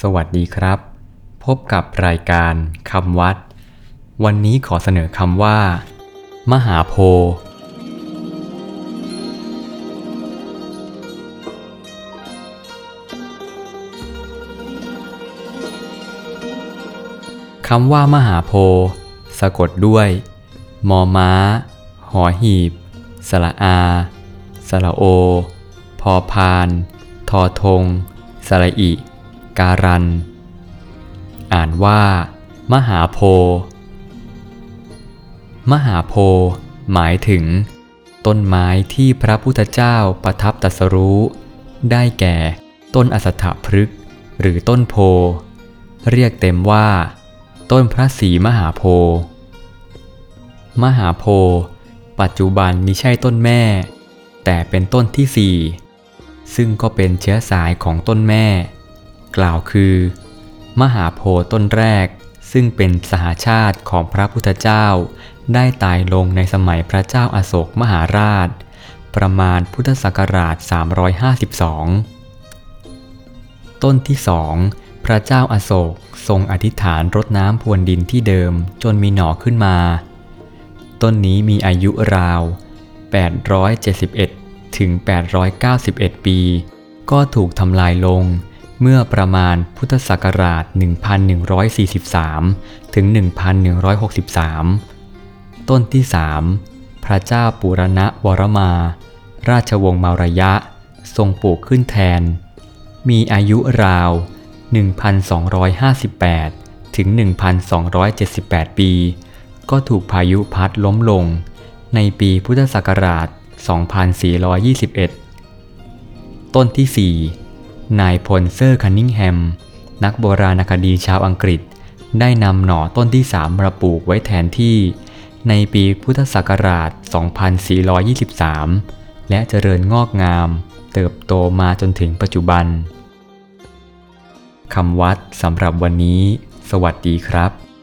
สวัสดีครับพบกับรายการคำวัดวันนี้ขอเสนอคำว่ามหาโพธิ์คำว่ามหาโพธิ์สะกดด้วยมอม้าหอหีบสระอาสระโอพอพานทอธงสระอิการันอ่านว่ามหาโพธิ์มหาโพธิ์หมายถึงต้นไม้ที่พระพุทธเจ้าประทับตรัสรู้ได้แก่ต้นอสัทธพฤกษ์หรือต้นโพธิ์เรียกเต็มว่าต้นพระศรีมหาโพธิ์มหาโพธิ์ปัจจุบันมิใช่ต้นแม่แต่เป็นต้นที่สี่ซึ่งก็เป็นเชื้อสายของต้นแม่กล่าวคือมหาโพธิ์ต้นแรกซึ่งเป็นสหชาติของพระพุทธเจ้าได้ตายลงในสมัยพระเจ้าอโศกมหาราชประมาณพุทธศักราช352ต้นที่สองพระเจ้าอโศกทรงอธิษฐานรดน้ำพรวนดินที่เดิมจนมีหน่อขึ้นมาต้นนี้มีอายุราว871ถึง891ปีก็ถูกทำลายลงเมื่อประมาณพุทธศักราช1143ถึง1163ต้นที่สามพระเจ้าปุรณวรมาราชวงศ์มารยะทรงปลูกขึ้นแทนมีอายุราว1258ถึง1278ปีก็ถูกพายุพัดล้มลงในปีพุทธศักราช2421ต้นที่สี่นายพลเซอร์คันนิงแฮมนักโบราณคดีชาวอังกฤษได้นำหน่อต้นที่สามมาปลูกไว้แทนที่ในปีพุทธศักราช2423และเจริญงอกงามเติบโตมาจนถึงปัจจุบันคำวัดสำหรับวันนี้สวัสดีครับ